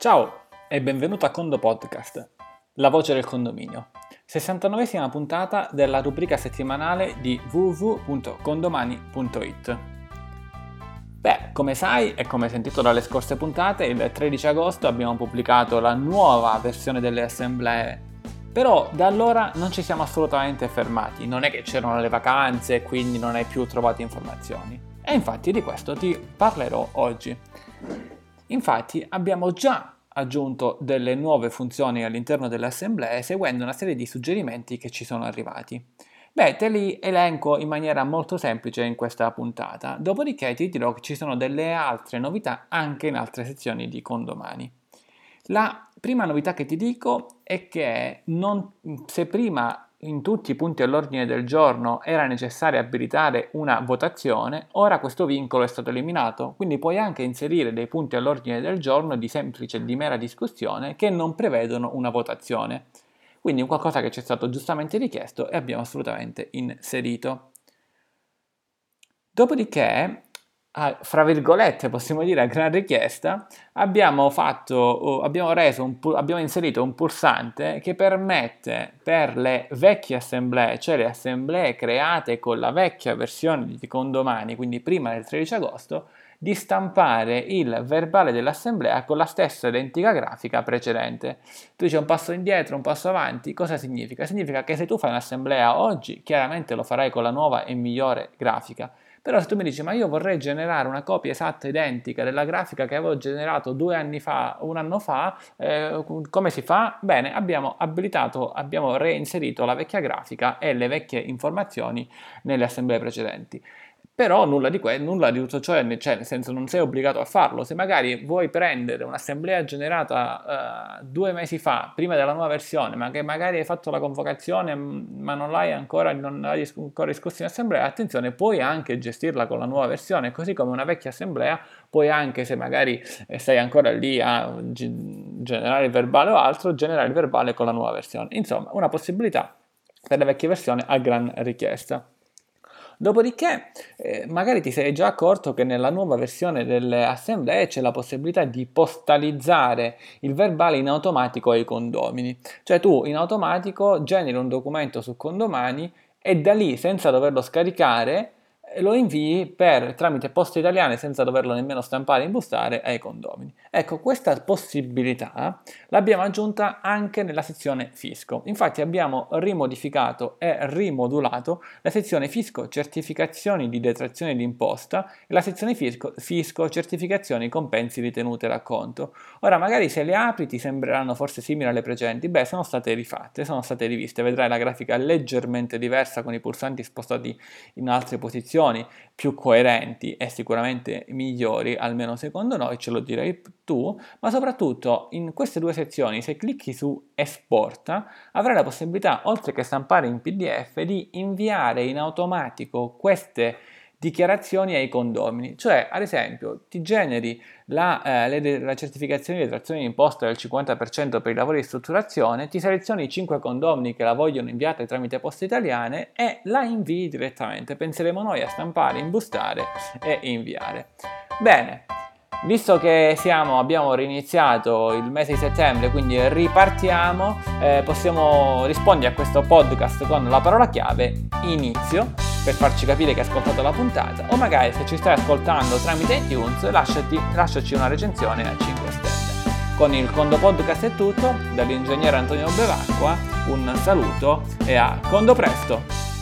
Ciao e benvenuto a Condo Podcast, la voce del condominio, 69esima puntata della rubrica settimanale di www.condomani.it. Beh, come sai e come hai sentito dalle scorse puntate, il 13 agosto abbiamo pubblicato la nuova versione delle assemblee, però da allora non ci siamo assolutamente fermati, non è che c'erano le vacanze e quindi non hai più trovato informazioni. E infatti di questo ti parlerò oggi. Infatti abbiamo già aggiunto delle nuove funzioni all'interno delle assemblee seguendo una serie di suggerimenti che ci sono arrivati. Beh, te li elenco in maniera molto semplice in questa puntata, dopodiché ti dirò che ci sono delle altre novità anche in altre sezioni di Condomani. La prima novità che ti dico è che se prima in tutti i punti all'ordine del giorno era necessario abilitare una votazione, ora questo vincolo è stato eliminato, quindi puoi anche inserire dei punti all'ordine del giorno di mera discussione che non prevedono una votazione. Quindi è qualcosa che ci è stato giustamente richiesto e abbiamo assolutamente inserito. Dopodiché, fra virgolette possiamo dire a gran richiesta, abbiamo inserito un pulsante che permette per le vecchie assemblee, cioè le assemblee create con la vecchia versione di Condomani, quindi prima del 13 agosto, di stampare il verbale dell'assemblea con la stessa identica grafica precedente. Tu dici un passo indietro, un passo avanti, cosa significa? Significa che se tu fai un'assemblea oggi, chiaramente lo farai con la nuova e migliore grafica. Però se tu mi dici, ma io vorrei generare una copia esatta, identica della grafica che avevo generato 2 anni fa, un anno fa, come si fa? Bene, abbiamo reinserito la vecchia grafica e le vecchie informazioni nelle assemblee precedenti. Però nulla di tutto ciò, nel senso non sei obbligato a farlo. Se magari vuoi prendere un'assemblea generata 2 mesi fa, prima della nuova versione, ma che magari hai fatto la convocazione ma non l'hai ancora discusso in assemblea, attenzione, puoi anche gestirla con la nuova versione, così come una vecchia assemblea, puoi anche, se magari sei ancora lì a generare il verbale o altro, generare il verbale con la nuova versione. Insomma, una possibilità per le vecchie versioni a gran richiesta. Dopodiché, magari ti sei già accorto che nella nuova versione delle assemblee c'è la possibilità di postalizzare il verbale in automatico ai condomini. Cioè tu in automatico generi un documento su Condomani e da lì, senza doverlo scaricare, lo invii tramite Poste Italiane senza doverlo nemmeno stampare e imbustare ai condomini. Ecco, questa possibilità l'abbiamo aggiunta anche nella sezione fisco. Infatti abbiamo rimodificato e rimodulato la sezione fisco certificazioni di detrazione d'imposta e la sezione fisco certificazioni compensi ritenute racconto. Ora magari se le apri ti sembreranno forse simili alle precedenti, beh, sono state rifatte, sono state riviste, vedrai la grafica leggermente diversa con i pulsanti spostati in altre posizioni, più coerenti e sicuramente migliori, almeno secondo noi, ce lo direi tu, ma soprattutto in queste due sezioni, se clicchi su Esporta, avrai la possibilità, oltre che stampare in PDF, di inviare in automatico queste dichiarazioni ai condomini, cioè ad esempio ti generi la certificazione di detrazione di imposta del 50% per i lavori di strutturazione, ti selezioni i 5 condomini che la vogliono inviata tramite Poste Italiane e la invii direttamente. Penseremo noi a stampare, imbustare e inviare. Bene, visto che abbiamo riniziato il mese di settembre, quindi ripartiamo, possiamo rispondere a questo podcast con la parola chiave inizio, per farci capire che hai ascoltato la puntata, o magari se ci stai ascoltando tramite iTunes lasciaci una recensione a 5 stelle. Con il Condo Podcast è tutto, dall'ingegnere Antonio Bevacqua un saluto e a Condo presto!